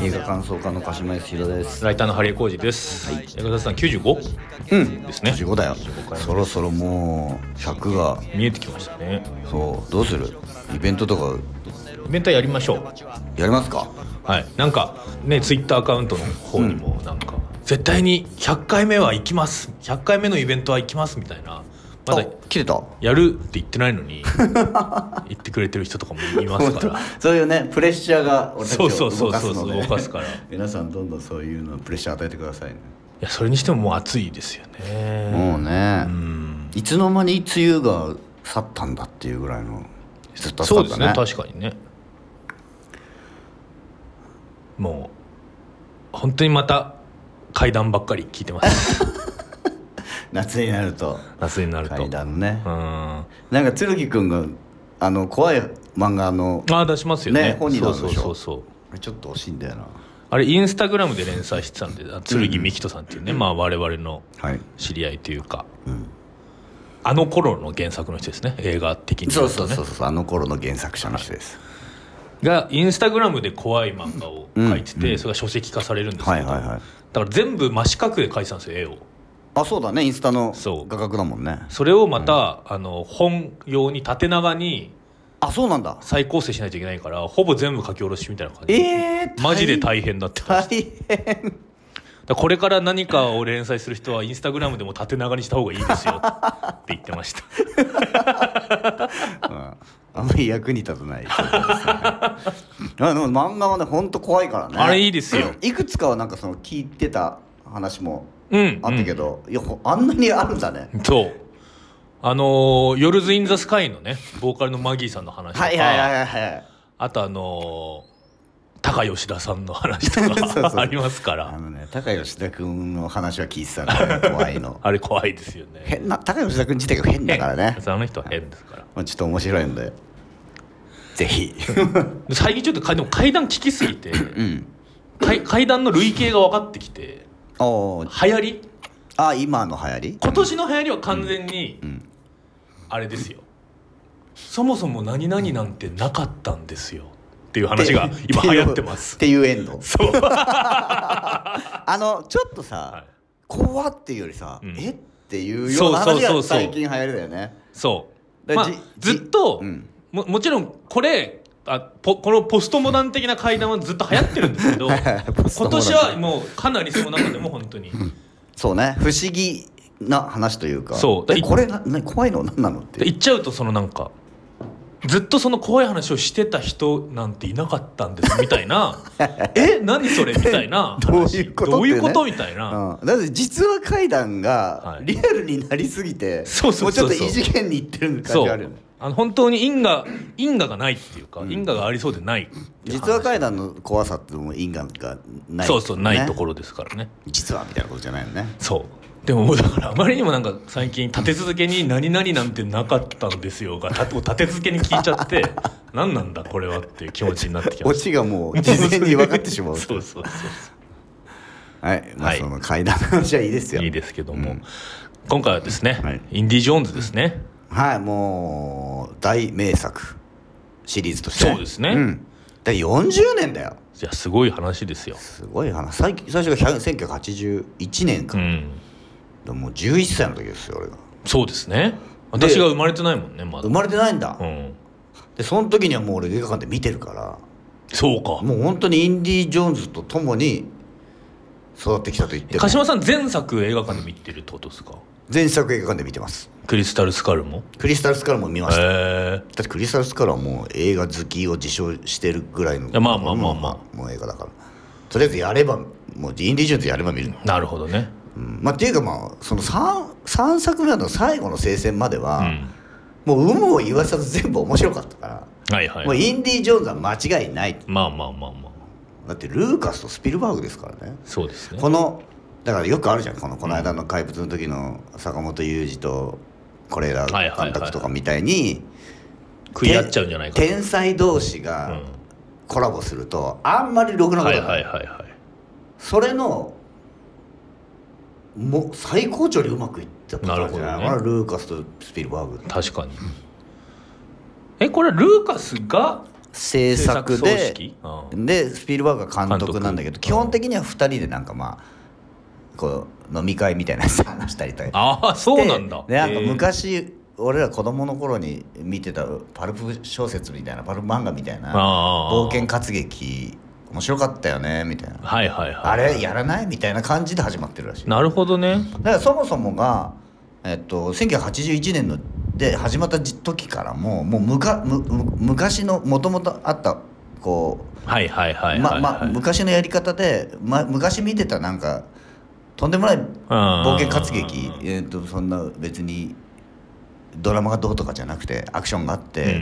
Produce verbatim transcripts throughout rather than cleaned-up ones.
映画感想家の鹿島康弘です。 ライターのハリエコージです。はい、映画雑談きゅうじゅうご、 うん、 ですね。 きゅうじゅうごだよ。そろそろもうひゃくが見えてきましたね。 そう、どうする？イベントとかイベントやりましょう。 やりますか？ はい。なんかね、ツイッターアカウントの方にもなんか、うん、絶対にひゃっかいめは行きます。ひゃっかいめのイベントは行きますみたいな。まだ来てたやるって言ってないのに言ってくれてる人とかもいますからそういうねプレッシャーが俺たちを動かすので、 動かすから皆さんどんどんそういうのプレッシャー与えてくださいね。 いやそれにしてももう暑いですよね。 もうね、 うん、 いつの間に梅雨が去ったんだっていうぐらいのずっと暑かったね。 そうですね、確かにね。もう本当にまた怪談ばっかり聞いてます夏になると夏になると怪談ね。 うん、 なんか鶴木くんがあの怖い漫画のあ出しますよね。 ね本になるでしょ。 そうそうそうそうちょっと惜しいんだよな。 あれインスタグラムで連載してたんで、鶴木幹人さんっていうね、うん、まあ我々の知り合いというか、はいうん、あの頃の原作の人ですね、映画的に言うとね。 そうそうそうそう、あの頃の原作者の人です、 はい、がインスタグラムで怖い漫画を描いてて、うん、それが書籍化されるんですけど、はいはいはい、だから全部真四角で描いてたんですよ、絵を。 あ、そうだね、インスタの画角だもんね。 それをまた、うん、あの本用に縦長にあ、そうなんだ、 再構成しないといけないからほぼ全部書き下ろしみたいな感じ。 えー、 マジで大変だって大変だこれから何かを連載する人はインスタグラムでも縦長にした方がいいですよって言ってました、 うん、あんまり役に立たないそうです、ね、あの漫画はねほんと怖いからね。 あれいいですよ。 いくつかはなんかその聞いてた話もうんあったけど、うん、いやあんなにあるんだね。 そうあのー、ヨルズ・イン・ザ・スカイのねボーカルのマギーさんの話とか、 はいはいはいはい、 あとあのー高吉田さんの話とかそうそうありますから。 あのね、高吉田君の話は聞いてたから、ね、怖いのあれ怖いですよね。 変な高吉田君自体が変だからね。 あの人は変ですから、 ちょっと面白いんでぜひ最近ちょっとでも怪談聞きすぎて、うん、怪談の類型が分かってきて、 お流行りあ今の流行り今年の流行りは完全に、うんうん、あれですよ、そもそも何々なんてなかったんですよっていう話が今流行ってますっていうエンド。 そうあのちょっとさ、はい、怖っていうよりさ、うん、えっていうような話が最近流行りだよね。 そう、まあ、ずっと、うん、も, もちろんこれあポこのポストモダン的な怪談はずっと流行ってるんですけど今年はもうかなりその中でも本当にそうね、不思議な話というか、 そうえこれなな怖いの何なのって言っちゃうと、そのなんかずっとその怖い話をしてた人なんていなかったんですみたいなえ何それみたいなどういうこと、ね、 どういうことみたいな、 うん、だって実話怪談がリアルになりすぎて、はい、そうそうそうそう、もうちょっと異次元にいってる感じがあるよね。 あの本当に因果因果がないっていうか、うん、因果がありそうでない。 実話怪談の怖さっても因果がない、ね、 そうそう、ないところですからね。 実話みたいなことじゃないよね。 そうでももうだからあまりにもなんか最近立て続けに何々なんてなかったんですよが立て続けに聞いちゃって何なんだこれはっていう気持ちになってきました。 オチがもう事前に分かってしまうそうそうそうそうはい、まあ、その怪談の話はいいですよ。 いいですけども、うん、今回はですね、はい、インディ・ジョーンズですね。 はい、もう大名作シリーズとして。 そうですね、うん、 だよんじゅうねんだよ。 いやすごい話ですよ。 すごい話。最最初がせんきゅうひゃくはちじゅういちねんか、うん、もうじゅういっさいの時ですよ俺が。 そうですね、私が生まれてないもんねまだ。 生まれてないんだ、 うん、 でその時にはもう俺映画館で見てるから。 そうか、 もう本当にインディ・ジョーンズと共に育ってきたと言っても。 鹿島さん前作映画館で見てるってことですか？ 前作映画館で見てます。 クリスタルスカルもクリスタルスカルも見ました。だってクリスタルスカルはもう映画好きを自称してるぐらいの、 まあまあまあまあもう映画だから、とりあえずやればもうインディ・ジョーンズやれば見る。 なるほどね、 うん、まあっていうかまあその 3, 3作目の最後の聖戦までは、うん、もう有無を言わさず全部面白かったから、 はいはいはい、 もうインディ・ジョーンズは間違いない。 まあまあまあまあ、 だってルーカスとスピルバーグですからね。 そうですね。 このだからよくあるじゃん、このこの間の怪物の時の坂本雄二と是枝監督とかみたいに食い合っちゃうんじゃないかと。 天才同士がコラボするとあんまりろくなことない。はいはいはいはい。それのもう最高潮にうまくいったパターンじゃない。なるほどね。ルーカスとスピルバーグ。 確かに。えこれルーカスが制作制作で総指揮、うん、 でスピルバーグが監督なんだけど、 監督基本的にはふたりでなんかまあこう飲み会みたいなやつ話したりとかああそうなんだ。 でなんか昔俺ら子供の頃に見てたパルプ小説みたいなパルプ漫画みたいな冒険活劇面白かったよねみたいな、 はいはいはい、 あれやらないみたいな感じで始まってるらしい。 なるほどね。 だからそもそもが、えっと、せんきゅうひゃくはちじゅういちねんので始まった時からももうむかむ昔のもともとあったこうはいはいはいはい、 まま昔のやり方で、ま、昔見てたなんかとんでもない冒険活劇、えー、とそんな別にドラマがどうとかじゃなくてアクションがあって、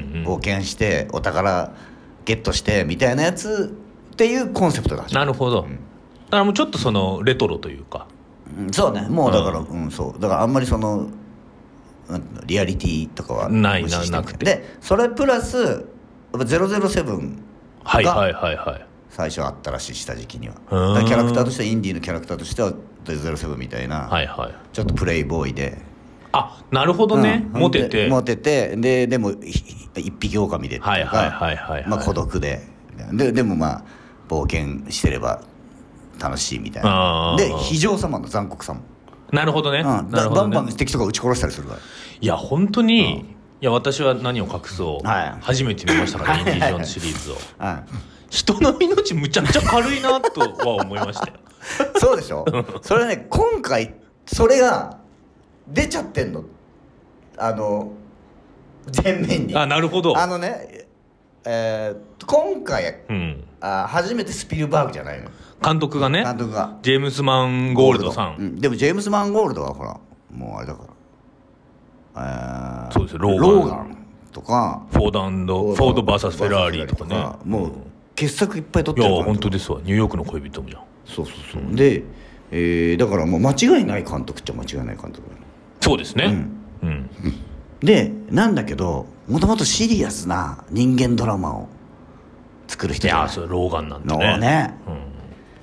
うんうん、冒険してお宝ゲットしてみたいなやつっていうコンセプトが始まる。 なるほど、うん、だからもうちょっとそのレトロというか、 うん、そうねもうだから、うんうん、そうだからあんまりそのリアリティとかはないななくてでそれプラスゼロゼロセブンはいはいはいはい最初あったらしい下敷きには。だからキャラクターとしてはインディーのキャラクターとしてはゼロゼロセブンみたいな、 はいはい、 ちょっとプレイボーイであなるほどね、うん、モテてモテてででも一匹狼でとか、 はいはいはいはい、 まあ、孤独でででもまあ冒険してれば楽しいみたいなで非常様の残酷さもなるほどね、うん、なるほどねバンバン敵とか撃ち殺したりするからいや本当に、うん、いや私は何を隠そう、はい、初めて見ましたからインディ・ジョーンズシリーズを、はい、人の命むちゃくちゃ軽いなとは思いましたよそうでしょそれね今回それが出ちゃってんのあの前面に。 あなるほど。 あのね、えー、今回、うん、あ初めてスピルバーグじゃないの監督がね監督がジェームス・マンゴールドさん、 うん、でもジェームス・マンゴールドはほらもうあれだから、 えー、そうですよローガン、 ローガンとかフォード&フォード ブイエス フェラーリとかねもう傑作いっぱい撮ってるから。 いや本当ですわニューヨークの恋人もじゃん。 そうそうそう、うん、で、えー、だからもう間違いない監督っちゃ間違いない監督。 そうですね、うんうん、 でなんだけどもともとシリアスな人間ドラマを作る人じゃない。いやそれローガンなんてねね、うん、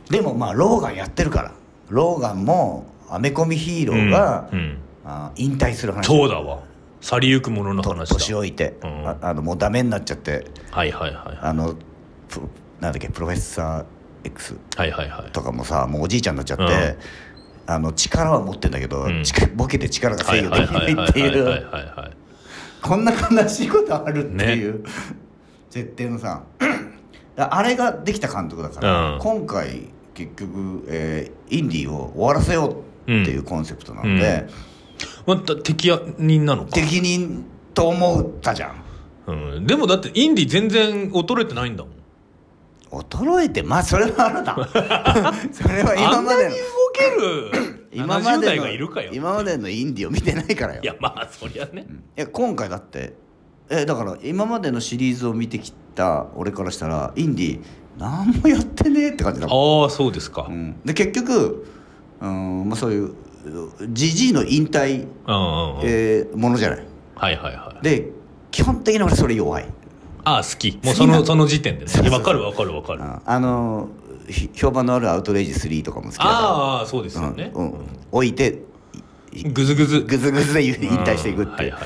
でもまあローガンやってるからローガンもアメコミヒーローが、うんうん、あ引退する話。 そうだわ去りゆくものの話だ。 年老いて、うん、ああのもうダメになっちゃってはいはいはい、 あのなんだっけプロフェッサー X はいはいはいとかもさもうおじいちゃんになっちゃって、うんあの力は持ってんだけど、うん、ボケて力が制御できないっていうこんな悲しいことあるっていう、ね、設定のさあれができた監督だから、うん、今回結局、えー、インディーを終わらせようっていうコンセプトなので、 うんうん、また敵人なのか敵人と思ったじゃん、 うん、でもだってインディー全然衰えてないんだもん。 衰えてまあそれはあるなそれは今までのあんなに動ける今までのななじゅう代がいるかよ。 今までのインディーを見てないからよ。 いやまあそりゃね、うん、いや今回だってえだから今までのシリーズを見てきた俺からしたらインディー何もやってねえって感じだもん。 ああそうですか、 うん、で結局、うんまあ、そういうジジイの引退、うんうんうんえー、ものじゃない。 はいはいはい。 で基本的に俺それ弱い。 ああ好きもうそのその時点でね分かる分かる分かる。 あ, あの評判のあるアウトレイジスリーとかも好きだからああそうですよね、 うんうん、置いてグズグズグズグズで引退していくって、うんはいはいはい、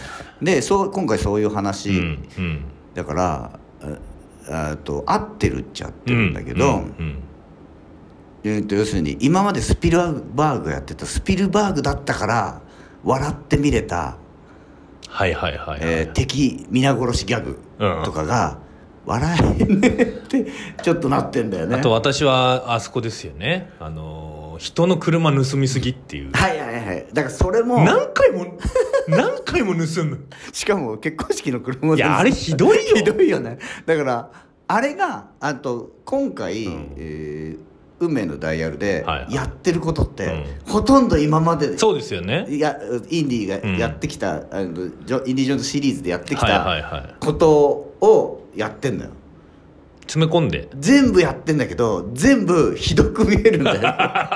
でそう今回そういう話、うんうん、だからあと合ってるっちゃ合ってるんだけど、うんうんうんえー、と要するに今までスピルバーグやってたスピルバーグだったから笑って見れたはいはいはい、はいえー、敵皆殺しギャグとかが笑えねえってちょっとなってんだよね。 あと私はあそこですよねあの人の車盗みすぎっていうはいはいはいだからそれも何回も何回も盗むしかも結婚式の車いやあれひどいよひどいよね。だからあれがあと今回、うんえー運命のダイヤルでやってることって、はいはいうん、ほとんど今までそうですよねやインディーがやってきた、うん、あのインディ・ジョーンズシリーズでやってきたことをやってんのよ。 詰め込んで全部やってんだけど全部ひどく見えるんだよだ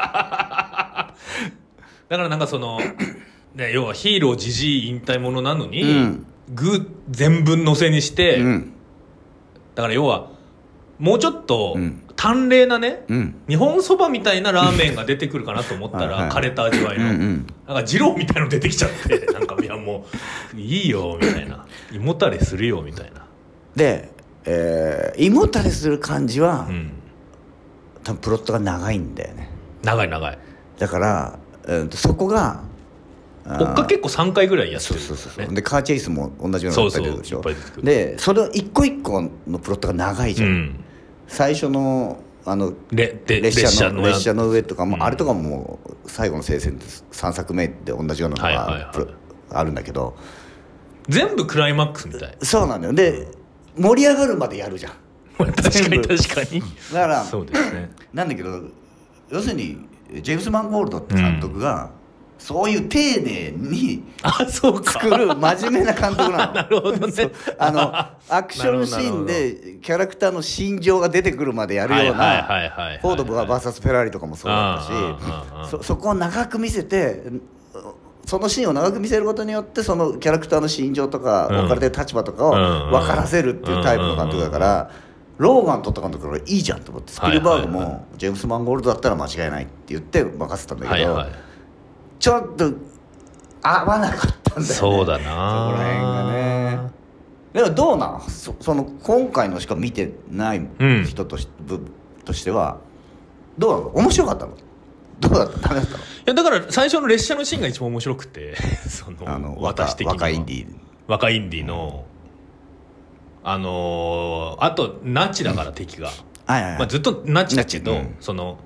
からなんかその、ね、要はヒーロージジイ引退ものなのに、うん、具全文載せにして、うん、だから要はもうちょっと、うん淡麗なね、うん、日本そばみたいなラーメンが出てくるかなと思ったら枯れた味わいの、うんうん、なんか二郎みたいの出てきちゃってなんかいやもういいよみたいな胃もたれするよみたいなでえー、胃もたれする感じは、 うん、 多分プロットが長いんだよね。 長い長い。 だから、えー、そこが追っかけっこさんかいぐらいやってる、ね、 そうそうそう。でカーチェイスも同じようなのがいっぱい出るでしょ。 そうそうでその一個一個のプロットが長いじゃん、うん、最初のあのレ列車の列車の上とかも、うん、あれとかも最後の聖戦さんさくめで同じようなのが、はいはいはい、あるんだけど全部クライマックスみたい。 そうなんだよ。で盛り上がるまでやるじゃん確かに確かに。 だからそうですね。 なんだけど要するにジェームス・マンゴールドって監督が、うん、そういう丁寧に作る真面目な監督なの。 なるほどね。 あのアクションシーンでキャラクターの心情が出てくるまでやるようなフォード ブイエス フェラーリとかもそうだったし、そ, そこを長く見せてそのシーンを長く見せることによってそのキャラクターの心情とか置かれてる立場とかを分からせるっていうタイプの監督だから、ローガン撮った監督からいいじゃんと思って、スピルバーグもジェームス・マンゴールドだったら間違いないって言って任せたんだけど、はいはい、ちょっと合わなかったんだよね。 そうだな、 そこら辺がね。でもどうなん そ, その今回のしか見てない人とし、うん、としてはどうなの？面白かったの？どうだった？ダメだったの？いやだから最初の列車のシーンが一番面白くてそのあの私的には若インディー若インディーの、うん、あのー、あとナチだから敵が、 はいはいはい、 まあ、ずっとナチだけど、うん、その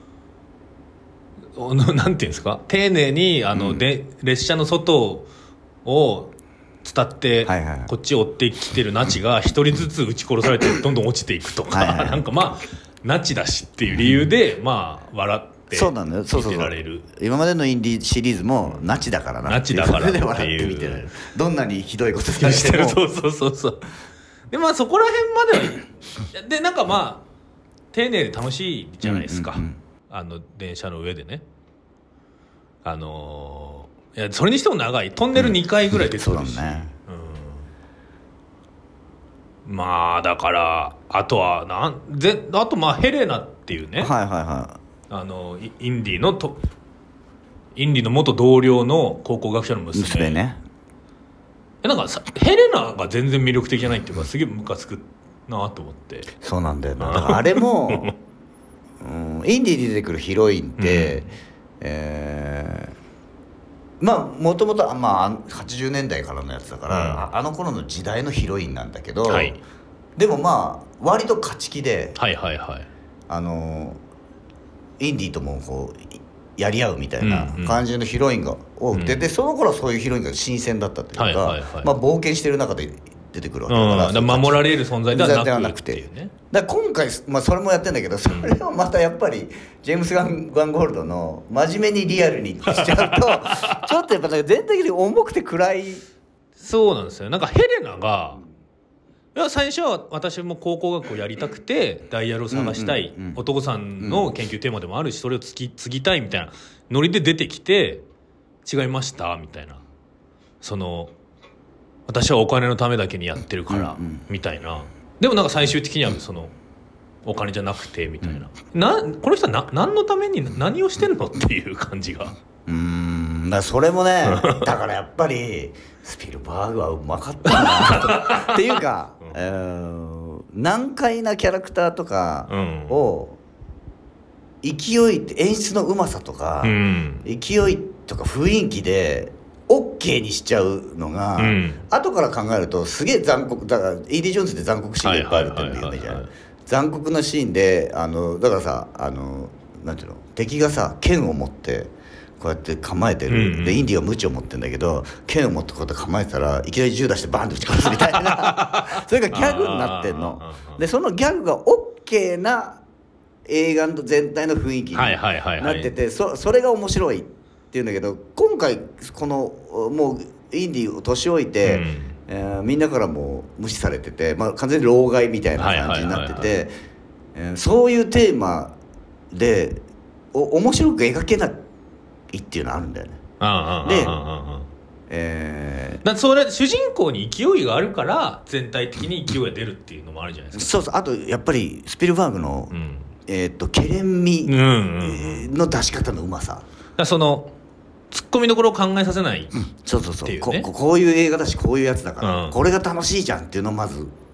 なんていうんですか、丁寧にあの、うん、で列車の外を伝ってこっちを追ってきてるナチが一人ずつ撃ち殺されてどんどん落ちていくとか、はいはいはい、なんかまあナチだしっていう理由で、うん、まあ笑って見てられる。 今までのインディーシリーズもナチだからなナチだからっていう、 笑って見てる。どんなにひどいことしてもそうそうそうそう。でまあそこら辺まではでなんかまあ丁寧で楽しいじゃないですか、うんうんうん、あの電車の上でね、あのー、いやそれにしても長いトンネルにかいぐらい出てくるし、うん、そうだね、うん、まあだからあとはなんぜあとまあヘレナっていうね、 はいはいはい、 あのインディのとインディの元同僚の考古学者の娘, 娘ね。 なんかさヘレナが全然魅力的じゃないっていうかすげえムカつくなと思って。 そうなんだよね。だからあれも、うん、インディに出てくるヒロインって、うん、えー、まあもともとはちじゅうねんだいからのやつだから、うん、あの頃の時代のヒロインなんだけど、はい、でもまあ割と勝ち気で、 はいはいはい、あのインディともこうやり合うみたいな感じのヒロインが多くて、うん、でその頃はそういうヒロインが新鮮だったというか、はいはいはい、まあ、冒険してる中で出てくるわけだから、 うん、だから守られる存在ではなくてっていうね。 だから今回、まあ、それもやってんだけど、それをまたやっぱりジェームス・ガン・ガンゴールドの真面目にリアルにしちゃうとちょっとやっぱ全体的に重くて暗い。 そうなんですよ。なんかヘレナがいや最初は私も考古学をやりたくてダイヤルを探したい、うんうんうん、男さんの研究テーマでもあるしそれを継ぎ、継ぎたいみたいなノリで出てきて違いましたみたいな、その私はお金のためだけにやってるから、うんうん、みたいな。でもなんか最終的にはそのお金じゃなくてみたいな、うん、なこの人はな何のために何をしてんのっていう感じが。 うーん、だそれもねだからやっぱりスピルバーグはうまかったなとっていうか、うん、えー、難解なキャラクターとかを、うん、勢い演出のうまさとか、うん、勢いとか雰囲気で OK にしちゃうのが、うん、後から考えるとすげえ残酷だから。イーディ・ジョーンズで残酷シーンがいっぱいあるっていうのがいいじゃん。残酷なシーンであのだからさ、あのなんていうの、敵がさ剣を持ってこうやって構えてる、うんうん、でインディはムチを持ってんだけど剣を持ってこうやって構えてたらいきなり銃出してバーンと撃ち殺すみたいなそれがギャグになってんので、そのギャグが OK な映画の全体の雰囲気になってて、そ, それが面白いっていうんだけど、今回このもうインディを年老いて、うん、えー、みんなからも無視されてて、まあ、完全に老害みたいな感じになってて、そういうテーマでお面白く描けないっていうのあるんだよね。で、えー、 だそれ主人公に勢いがあるから全体的に勢いが出るっていうのもあるじゃないですか。 そうそう。あとやっぱりスピルバーグの、うん、えー、とケレン味の出し方のうまさ、 だそのツッコミどころを考えさせない、 うん、そうそうそう、こ, こういう映画だしこういうやつだから、うん、これが楽しいじゃんっていうのをまず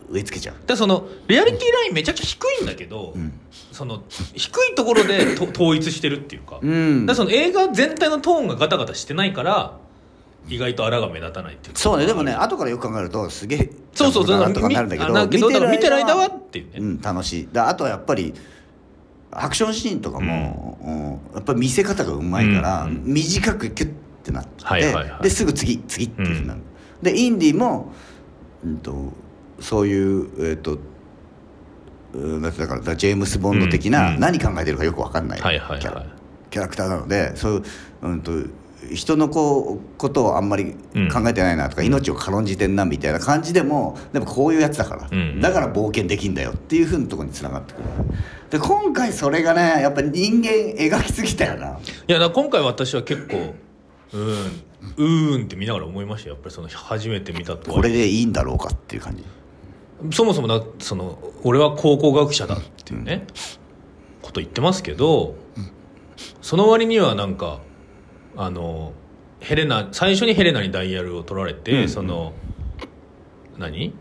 植え付けちゃう。 でそのリアリティラインめちゃくちゃ低いんだけど、うん、その低いところでと統一してるっていうか、うん、だからその映画全体のトーンがガタガタしてないから意外とあらが目立たないっていうか。 そうね。でもね後からよく考えるとすげえそうそうそうなんとかなるんだけど、 だけど見てる間はっていうね、 うん、楽しい。だあとはやっぱりアクションシーンとかも、うんうん、やっぱり見せ方がうまいから、うん、短くキュッてなって、はいはいはい、ですぐ次次っていうふうになる、うん、でインディーも、うんと、そういうえっ、ー、とだからジェームス・ボンド的な、うん、何考えてるかよく分かんないキャラ、はいはいはい、キャラクターなのでそういう、うんと、人のこうことをあんまり考えてないなとか、うん、命を軽んじてんなみたいな感じでもでもこういうやつだから、うん、だから冒険できんだよっていうふうなところにつながってくる。で今回それがねやっぱり人間描きすぎたよな。いやだ今回私は結構うんうーんって見ながら思いましたよ。やっぱりその初めて見たとこれでいいんだろうかっていう感じ。 そもそもなその俺は考古学者だっていうね、うん、こと言ってますけど、うん、その割にはなんかあのヘレナ最初にヘレナにダイヤルを取られて、うん、その何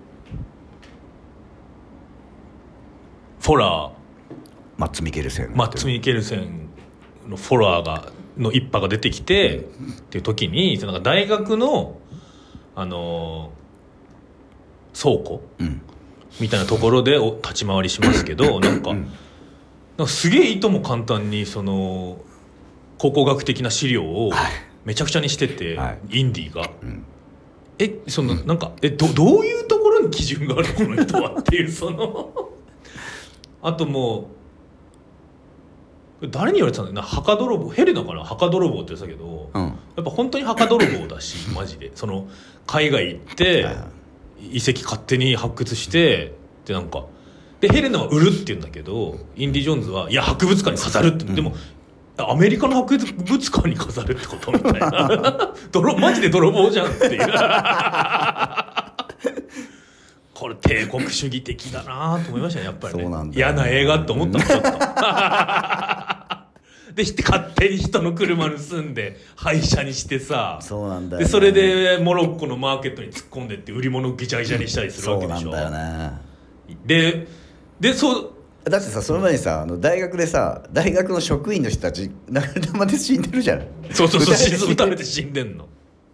フォラーマッツ・ミケルセンマッツ・ミケルセンのフォラーがの一派が出てきて、うん、っていう時にそのなんか大学のあの倉庫、うん、みたいなところでお立ち回りしますけどなんか、うん、なんかすげえいとも簡単にその考古学的な資料をめちゃくちゃにしてて、はい、インディーが、うん、えそのなんかえ ど, どういうところに基準があるのこの人はっていうそのあともう誰に言われてたんだよな墓泥棒ヘレナかな墓泥棒って言ってたけど、うん、やっぱ本当に墓泥棒だしマジでその海外行って遺跡勝手に発掘してでなんかでヘレナは売るって言うんだけどインディ・ジョーンズはいや博物館に飾るって、うん、でもアメリカの博物館に飾るってことみたいな泥マジで泥棒じゃんっていうこれ帝国主義的だなと思いましたねやっぱりね。そうなんだ、ね、嫌な映画って思ったのちょっとで勝手に人の車盗んで廃車にしてさそうなんだよ、ね、 でそれでモロッコのマーケットに突っ込んでって売り物をギチャギチャにしたりするわけでしょ。 そうなんだよね。 ででそうだってさその前にさあの大学でさ大学の職員の人たち流れ弾で死んでるじゃん。 そうそうそう撃たれて死んでんの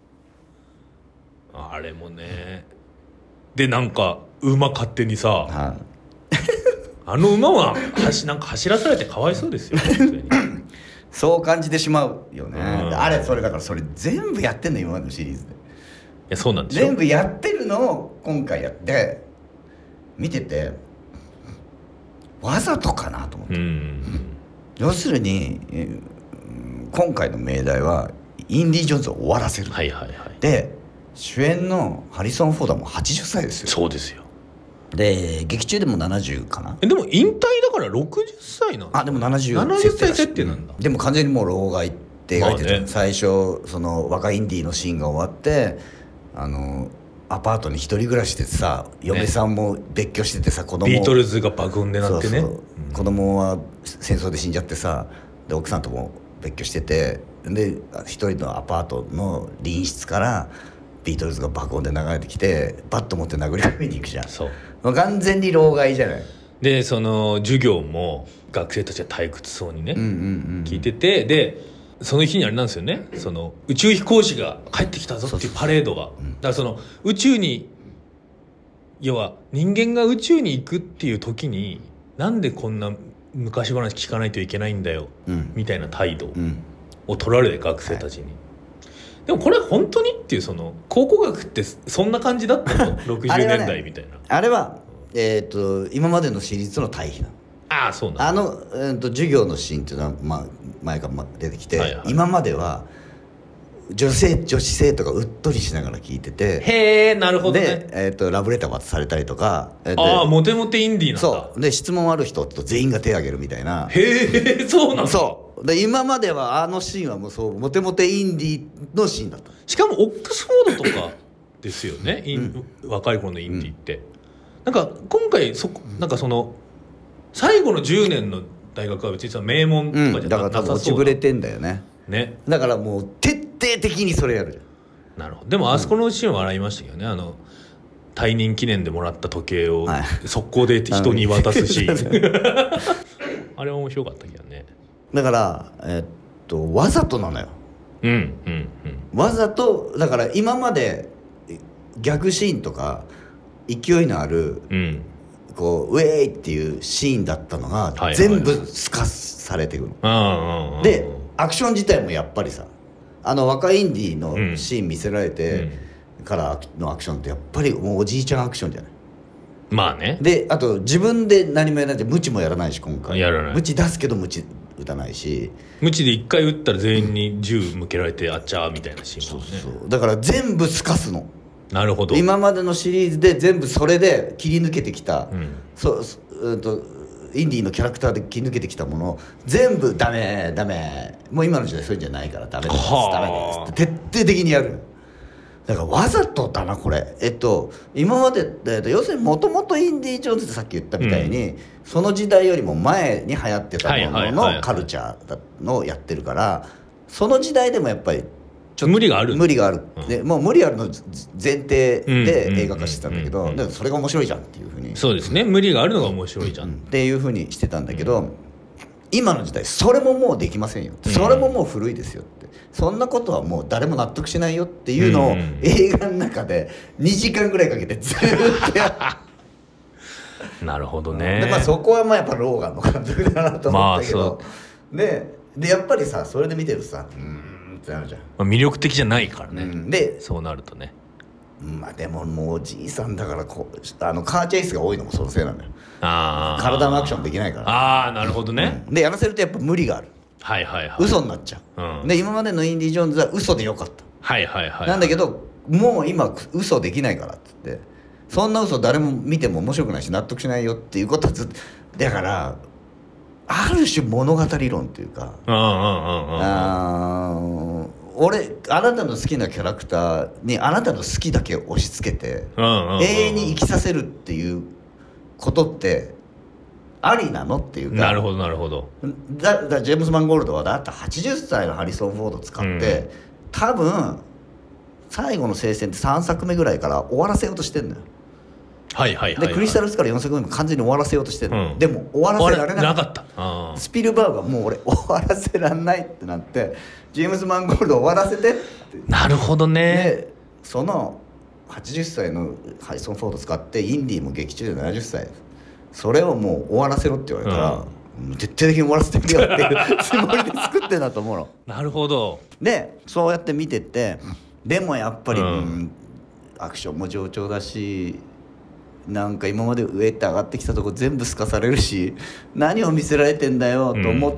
あれもね。でなんか馬勝手にさ、はあ、あの馬は走なんか走らされてかわいそうですよそう感じてしまうよね、うん、あれそれだからそれ全部やってんの今までのシリーズで。いやそうなんでしょ。 全部やってるのを今回やって見ててわざとかなと思って、うん、要するに今回の命題はインディ・ジョーンズを終わらせる、はいはいはい、で主演のハリソン・フォードはもうはちじゅっさいですよ。 そうですよ。 で劇中でもななじゅうかな。 えでも引退だからろくじゅっさいなんだ。 あでもななじゅうななじゅっさい設定なんだ。 でも完全にもう老害って描いてて、まあね、最初その若インディのシーンが終わってあのアパートに一人暮らしでさ嫁さんも別居しててさ、ね、子供ビートルズが爆音でなってね。そうそう、 うん、子供は戦争で死んじゃってさで奥さんとも別居しててで一人のアパートの隣室からビートルズが爆音で流れてきてバット持って殴り込みに行くじゃん。そうもう完全に老害じゃない。 でその授業も学生たちは退屈そうにね、うんうんうん、聞いててでその日にあれなんですよねその宇宙飛行士が帰ってきたぞっていうパレードが、うん、だからその宇宙に要は人間が宇宙に行くっていう時になんでこんな昔話聞かないといけないんだよ、うん、みたいな態度を取られて学生たちに、はいでもこれ本当にっていうその考古学ってそんな感じだったのろくじゅうねんだいみたいなあれは、えー、と今までのシリーズの対比なの。 ああそうなんだ。 あの、えー、と授業のシーンっていうのは、まあ、前から出てきて、はいはい、今までは女性女子生徒がうっとりしながら聞いててへえなるほどねで、えー、とラブレター渡されたりとかああモテモテインディーなんだ。 そうで質問ある人と全員が手を挙げるみたいな。 へえそうなんだ。 そうで今まではあのシーンはもうそうモテモテインディーのシーンだった。 しかもオックスフォードとかですよねイン、うん、若い頃のインディーって、うん、なんか今回そなんかその最後のじゅうねんの大学は別にその名門とかじゃなさそうな、うん、だから多分落ちぶれてんだよね。ねだからもう徹底的にそれやるじゃん。 なるほど。でもあそこのシーンは笑いましたけどね、うん、あの退任記念でもらった時計をはい速攻で人に渡すシーンあれ面白かったけどね。 だからえっとわざとなのよ。 うんうんうん。 わざとだから今まで逆シーンとか勢いのある、 うん、 こうウェーイっていうシーンだったのが、 はいはいはい、 全部スカされていくの、 うんうんうん、 でアクション自体もやっぱりさあの若いインディーのシーン見せられてからのアクションってやっぱりもうおじいちゃんアクションじゃない。 まあね。 であと自分で何もやらないで無知もやらないし今回やらない。 無知出すけど無知打たないし無知で一回撃ったら全員に銃向けられてあっちゃーみたいなシーン、ね、 そうそうだから全部スカすの。 なるほど。 今までのシリーズで全部それで切り抜けてきた、うん、そうんとインディーのキャラクターで切り抜けてきたものを全部ダメダメもう今の時代そういうんじゃないからダメですダメですって徹底的にやる。だからわざとだなこれ。えっと今まで、えっと、要するにもともとインディ・ージョーンズってさっき言ったみたいに、うん、その時代よりも前に流行ってたもののカルチャーのやってるからその時代でもやっぱりちょっと無理がある無理がある、うん、でもう無理あるの前提で映画化してたんだけどそれが面白いじゃんっていうふうにそうですね無理があるのが面白いじゃん、 うん、っていうふうにしてたんだけど、うん、今の時代それももうできませんよ、うん、それももう古いですよってそんなことはもう誰も納得しないよっていうのを、うん、映画の中でにじかんぐらいかけてずっとやるなるほどね。 で、まあ、そこはまあやっぱローガンの監督だなと思ったけど、まあ、で, でやっぱりさそれで見てるとさうーんってなるじゃん、 まあ、魅力的じゃないからね、うん、 でそうなるとねまあでももうおじいさんだからこうあのカーチェイスが多いのもそのせいなんだよ。 あ体のアクションできないから。 ああなるほどね、 うん、でやらせるとやっぱ無理がある。 はいはいはい嘘になっちゃう、うん、で今までのインディ・ジョーンズは嘘でよかった。 はいはいはい、はい、 なんだけどもう今嘘できないからって言ってそんな嘘誰も見ても面白くないし納得しないよっていうことはずっとだからある種物語論っていうかうんうんうんうんあ俺あなたの好きなキャラクターにあなたの好きだけ押し付けて、うんうんうんうん、永遠に生きさせるっていうことってありなのっていうか。 なるほどなるほど。 だだジェームズ・マンゴールドはだってはちじゅっさいのハリソン・フォード使って、うん、多分最後の聖戦ってさんさくめぐらいから終わらせようとしてんのよ。 はいはいはい、はい、 でクリスタルスからよんさくめも完全に終わらせようとしてる、うん、でも終わらせられなかった。 あスピルバーグはもう俺終わらせらんないってなってジェームズ・マンゴールド終わらせてって。 なるほどね。 でそのはちじゅっさいのハリソン・フォード使ってインディーも劇中でななじゅっさいそれをもう終わらせろって言われたら、うん、徹底的に終わらせてみようっていうつもりで作ってんだと思うの。 なるほど。 でそうやって見てってでもやっぱり、うんうん、アクションも上調だしなんか今まで上って上がってきたとこ全部すかされるし何を見せられてんだよと思って、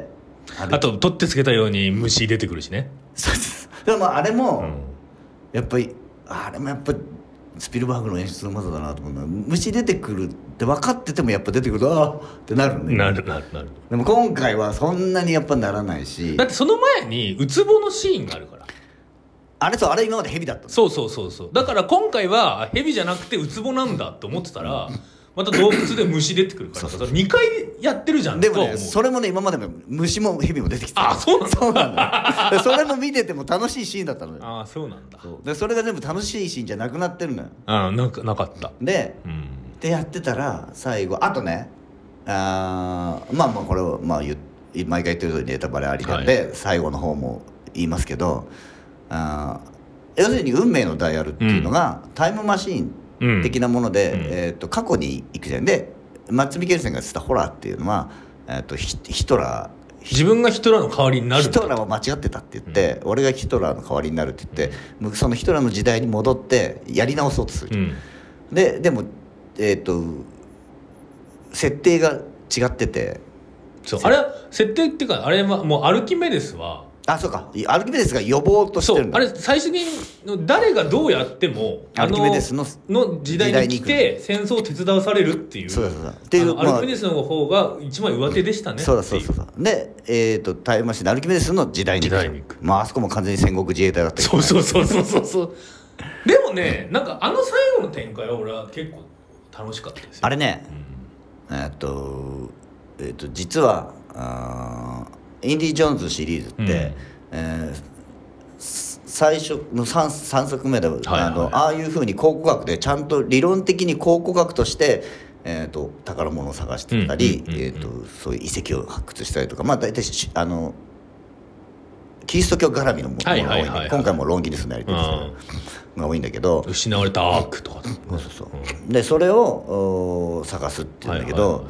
うん、あと取ってつけたように虫出てくるしね。 そうですでもあれも、うん、やっぱりあれもやっぱスピルバーグの演出のまさだなと思うのは虫出てくるって分かっててもやっぱ出てくるとああってなるのね。 なるなるなる。 でも今回はそんなにやっぱならないしだってその前にウツボのシーンがあるからあれそうあれ今までヘビだった。 そうそうそうそうだから今回はヘビじゃなくてウツボなんだと思ってたらまた動物で虫出てくるからそうにかいやってるじゃん。 でもねそれもね今までも虫もヘビも出てきてあそうなんだそうなんだそれも見てても楽しいシーンだったのよ。 あそうなんだ。 そうでそれが全部楽しいシーンじゃなくなってるのよ。 あなんかなかったで、うん、でやってたら最後あとねあまあまあこれを、まあ、毎回言ってる通りネタバレありなんで、はい、最後の方も言いますけどあ要するに運命のダイヤルっていうのが、うん、タイムマシーン的なもので、うんえー、と過去に行くじゃん。でマッツ・ミケルセンが言ってたホラーっていうのは、えー、と ヒ, ヒトラー自分がヒトラーの代わりになるヒトラーは間違ってたって言って、うん、俺がヒトラーの代わりになるって言って、うん、そのヒトラーの時代に戻ってやり直そうとする、うん、で, でも、えー、と設定が違っててそうあれは設定っていうかあれはもうアルキメデスはあそうかアルキメデスが呼ぼうとしてるんだ。 そうあれ最終的に誰がどうやってもアルキメデス の, の時代に来て戦争を手伝わされるっていうそうそうそうっていう、 まあ、アルキメデスの方が一枚上手でしたね。 そうそうそうそうで、えー、とタイムマシンでアルキメデスの時代に行くまああそこも完全に戦国自衛隊だったけど、 ね、そうそうそうそうそうでもねなんかあの最後の展開は俺は結構楽しかったですよ。 あれね、うん、えっとえー、と実はあインディ・ジョーンズシリーズって、うんえー、 最初の 3, さんさくめで、はいはい、あのああいうふうに考古学でちゃんと理論的に考古学として、えー、と宝物を探してたり、そういう遺跡を発掘したりとか、まあ大体あのキリスト教絡みのものが多いんで、はいはいはいはい、今回もロンギヌスのやり手が多いんだけど、 失われたアークとか、 そうそうそう、うん、でそれを探すっていうんだけど、はいはいはい、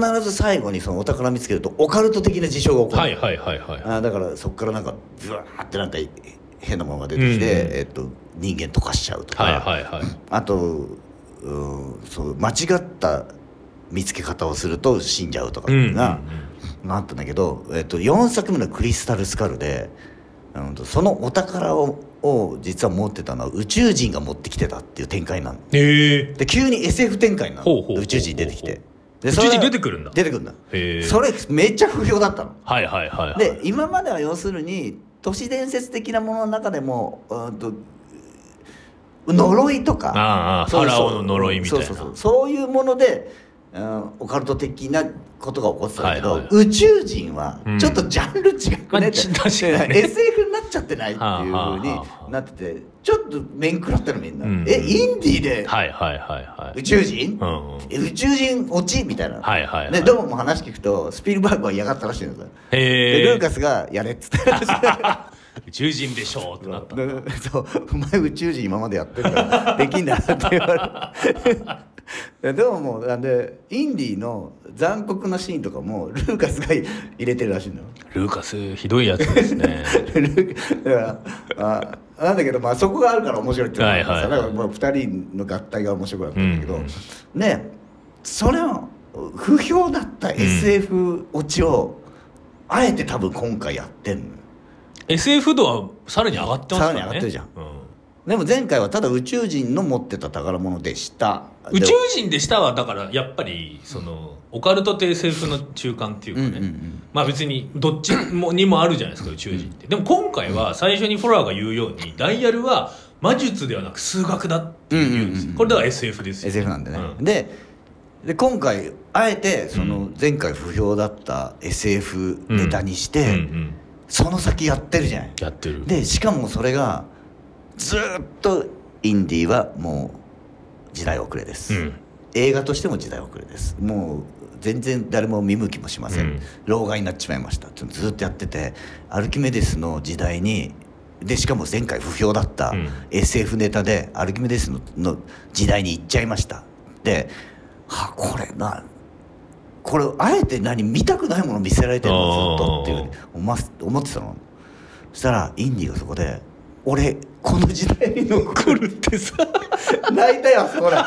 必ず最後にそのお宝見つけるとオカルト的な事象が起こる、はいはいはいはい、あだからそこからなんかブワーってなんか変なものが出てきて、うんうん、えっと、人間溶かしちゃうとか、はいはいはい、あとうそう間違った見つけ方をすると死んじゃうとかが、うんうんうん、あったんだけど、えっと、よんさくめのクリスタルスカルで、うん、そのお宝をを実は持ってたのは宇宙人が持ってきてたっていう展開なの、えー、で急に エスエフ 展開なの。宇宙人出てきて、 で宇宙人出てくるんだ出てくるんだ。へそれめっちゃ不評だったの。 はいはいはい、はい、 で今までは要するに都市伝説的なものの中でもうんと呪いとか、 ああファラオの呪いみたいな、 そうそうそう、そういうものでうん、オカルト的なことが起こってたけど、はいはい、宇宙人はちょっとジャンル違くねって、うん、エスエフ になっちゃってないっていう風になってて、ちょっと面食らってるみんな、うん、えインディーで宇宙人、はいはいはい、宇宙人落ちみたいな、はいはいはい、でどうも話聞くとスピルバーグは嫌がったらしいんですよ。でルーカスがやれっつって宇宙人でしょってなったんだ。 そうお前宇宙人今までやってるからできんだよって言われるでももうなんでインディの残酷なシーンとかもルーカスが入れてるらしいの。 ルーカスひどいやつですねだからあなんだけど、まあ、そこがあるから面白いっていうのが、はいはいはい、だからもうふたりの合体が面白くなったんだけど、うんうん、ねそれは不評だった エスエフ オチを、うん、あえて多分今回やってんの。 エスエフ 度はさらに上がってますからね。さらに上がってるじゃん、うん、でも前回はただ宇宙人の持ってた宝物でした。 宇宙人でしたはだからやっぱりそのオカルトと エスエフ の中間っていうかね、うんうんうん、まあ別にどっちもにもあるじゃないですか宇宙人って。でも今回は最初にフォラーが言うようにダイヤルは魔術ではなく数学だっていうんです、うんうんうん、これでは エスエフ ですよ、 エスエフ なんでね、うん、で, で今回あえてその前回不評だった エスエフ ネタにして、うんうんうん、その先やってるじゃない。 やってる。 でしかもそれがずっとインディーはもう時代遅れです、うん、映画としても時代遅れです。もう全然誰も見向きもしません、うん、老害になっちまいましたってずっとやってて、アルキメデスの時代にでしかも前回不評だった エスエフ ネタでアルキメデス の, の時代に行っちゃいました。で、はあ、これなこれあえて何見たくないもの見せられてるのずっとっていう思思ってたの。そしたらインディがそこで俺この時代に残るってさ泣いたよそれ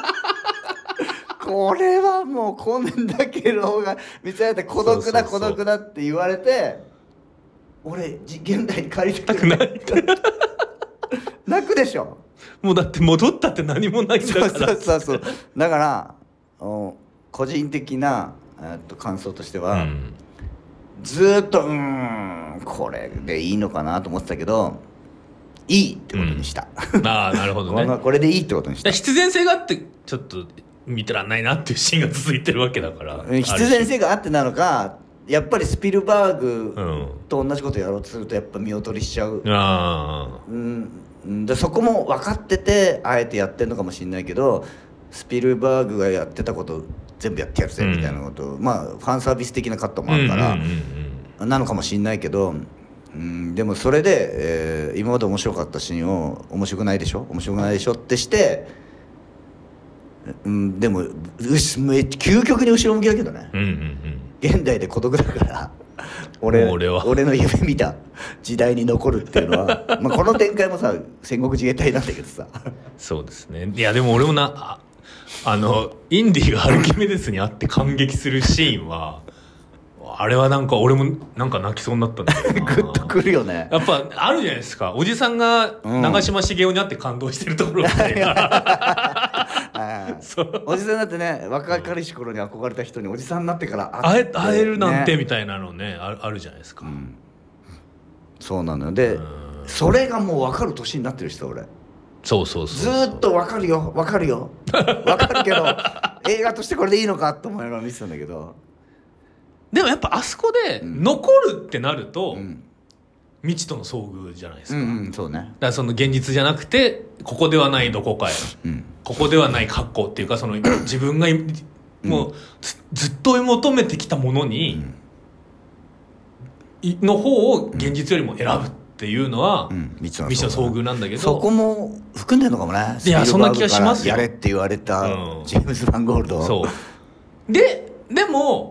これはもうこんだけ老害見せられて孤独だ孤独だって言われて、俺現代に帰りたくない泣くでしょ。 もうだって戻ったって何もないんだから。 そうそうそうだから個人的なと感想としては、うん、ずっとうーんこれでいいのかなと思ってたけどいいってことにした、 うん、ああなるほどねこれでいいってことにした。 必然性があってちょっと見てらんないなっていうシーンが続いてるわけだから。 必然性があってなのかやっぱりスピルバーグと同じことやろうとするとやっぱ見劣りしちゃう、うん、あうんでそこも分かっててあえてやってるのかもしれないけど、スピルバーグがやってたこと全部やってやるぜみたいなこと、うん、まあファンサービス的なカットもあるから、うんうんうんうん、なのかもしれないけど、うん、でもそれで、えー、今まで面白かったシーンを面白くないでしょ面白くないでしょってして、うん、でも究極に後ろ向きだけどね、うんうんうん、現代で孤独だから俺, 俺, は俺の夢見た時代に残るっていうのはまあこの展開もさ戦国自衛隊なんだけどさそうですね。いやでも俺もな あ, あのインディがアルキメデスに会って感激するシーンはあれはなんか俺もなんか泣きそうになったんだけどなグッとくるよね。 やっぱあるじゃないですか、おじさんが長嶋茂雄に会って感動してるところみたいなおじさんだってね若かりし頃に憧れた人におじさんになってから会え会えるなんてみたいなのねある、あるじゃないですか、うん、 そうなのよ。でそれがもう分かる年になってる人俺そうそうそうそうずっと分かるよ分かるよ分かるけど映画としてこれでいいのかと思いながら見てたんだけど、 でもやっぱあそこで残るってなると、うん、 未知との遭遇じゃないですか、 うんうん、そうね。 だからその現実じゃなくてここではないどこかへ、うん、ここではない格好っていうかその自分がもう ず, ずっと追い求めてきたものに、うん、の方を現実よりも選ぶっていうのは、うん、未知の遭遇なんだけど、 そこも含んでるのかもね。 いやそんな気がしますよ。 やれって言われたジェームズ・マンゴールド、うん、 そうででも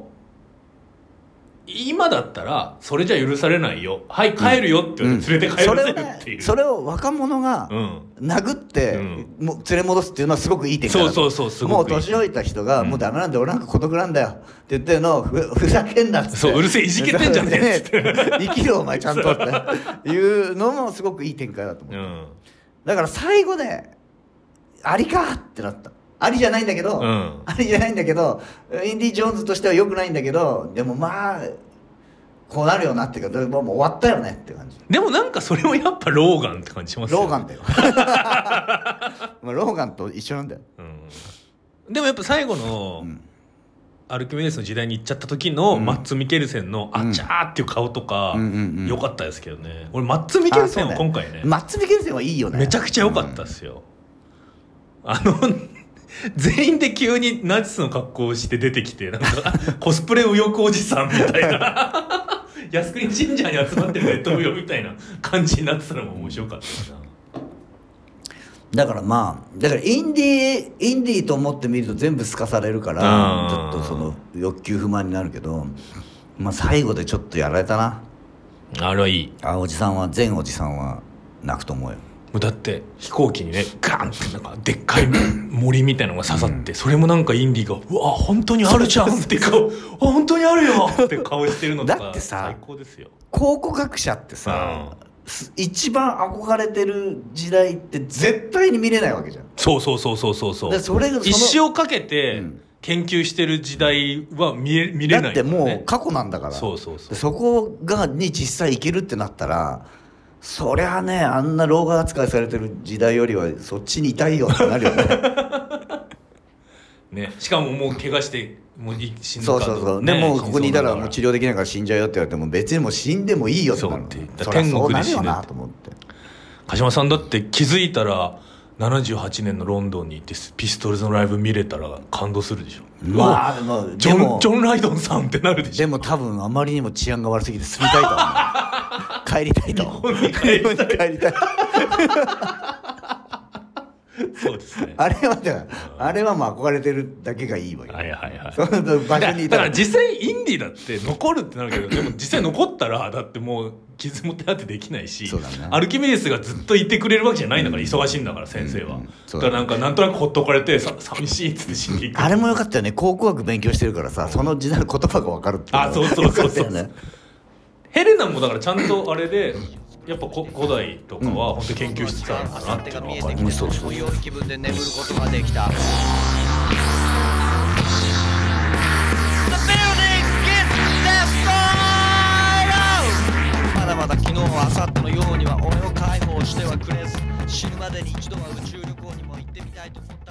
今だったらそれじゃ許されないよ、はい帰るよって言って連れて帰らせるっていう、うん、 それを、ね、それを若者が殴って、うん、もう連れ戻すっていうのはすごくいい展開だ。 そうそうそう、 もう年老いた人が、うん、もうダメなんで俺なんか孤独なんだよって言ってるのを ふ, ふざけんなっつって、 そううるせえいじけてんじゃねえっつって生きるお前ちゃんとっていうのもすごくいい展開だと思う、うん、だから最後でありかってなった。ありじゃないんだけど、うん、ありじゃないんだけどインディ・ジョーンズとしては良くないんだけど、でもまあこうなるよなっていうか、もう終わったよねって感じ。 でもなんかそれもやっぱローガンって感じしますよね。 ローガンだよまあローガンと一緒なんだよ、 うん、でもやっぱ最後の、うん、アルキメデスの時代に行っちゃった時の、うん、マッツ・ミケルセンの、うん、あちゃーっていう顔とか、うんうんうん、よかったですけどね。俺マッツ・ミケルセンは今回 ね, ねマッツ・ミケルセンはいいよね。 めちゃくちゃ良かったですよ、うん、あの全員で急にナチスの格好をして出てきてなんかコスプレ右翼おじさんみたいな靖国神社に集まってるネット右翼みたいな感じになってたのも面白かったな。 だからまあだからインディーインディーと思ってみると全部透かされるからちょっとその欲求不満になるけど、まあ最後でちょっとやられたな。 あれはいい。 あおじさんは全おじさんは泣くと思うよ。 だって飛行機にねガーンってなんかでっかい森みたいなのが刺さって、うん、それもなんかインディがうわ本当にあるじゃんって顔本当にあるよって顔してるのとかだってさ最高ですよ。 考古学者ってさ、うん、一番憧れてる時代って絶対に見れないわけじゃん。 そうそうそうそうそうそう。 それが一生かけて研究してる時代は見れ、見れないからね。 だってもう過去なんだから。 そうそうそう。 そこがに実際行けるってなったらそりゃねあんな老害扱いされてる時代よりはそっちにいたいよってなるよねね。しかももう怪我してもう死ぬかそうそうそう、ね、でもここにいたらもう治療できないから死んじゃうよって言われても別にもう死んでもいいよってなるの。 そう天国で死ぬなと思って。 鹿島さんだって気づいたらななじゅうはちねんのロンドンに行ってピストルズのライブ見れたら感動するでしょ。 うわでもジョン、ジョン・ライドンさんってなるでしょ。 でも多分あまりにも治安が悪すぎて住みたいと思う帰りたいと日本に帰りたい帰りたいそうですね。 あれはだからあれはまあ憧れてるだけがいいわよ。 はいはいはい。 その場所にいたらだから実際インディーだって残るってなるけどでも実際残ったらだってもう傷も手当てできないし、 そうだね、 アルキメデスがずっといてくれるわけじゃないんだから、うん、忙しいんだから先生は、うんうん、だからなんかなんとなくほっとかれてさ寂しいっつって死んでいく。 あれもよかったよね。考古学勉強してるからさその時代の言葉が分かるっていうの。 あそうそうそうそう、ね、ヘレナもだからちゃんとあれでやっぱ古代とかは本当に研究してたんだなっていうのが分かります。そうそうそう。気分で眠ることができた。まだまだ昨日は明後日のようには俺を解放してはくれず死ぬまでに一度は宇宙旅行にも行ってみたいと思って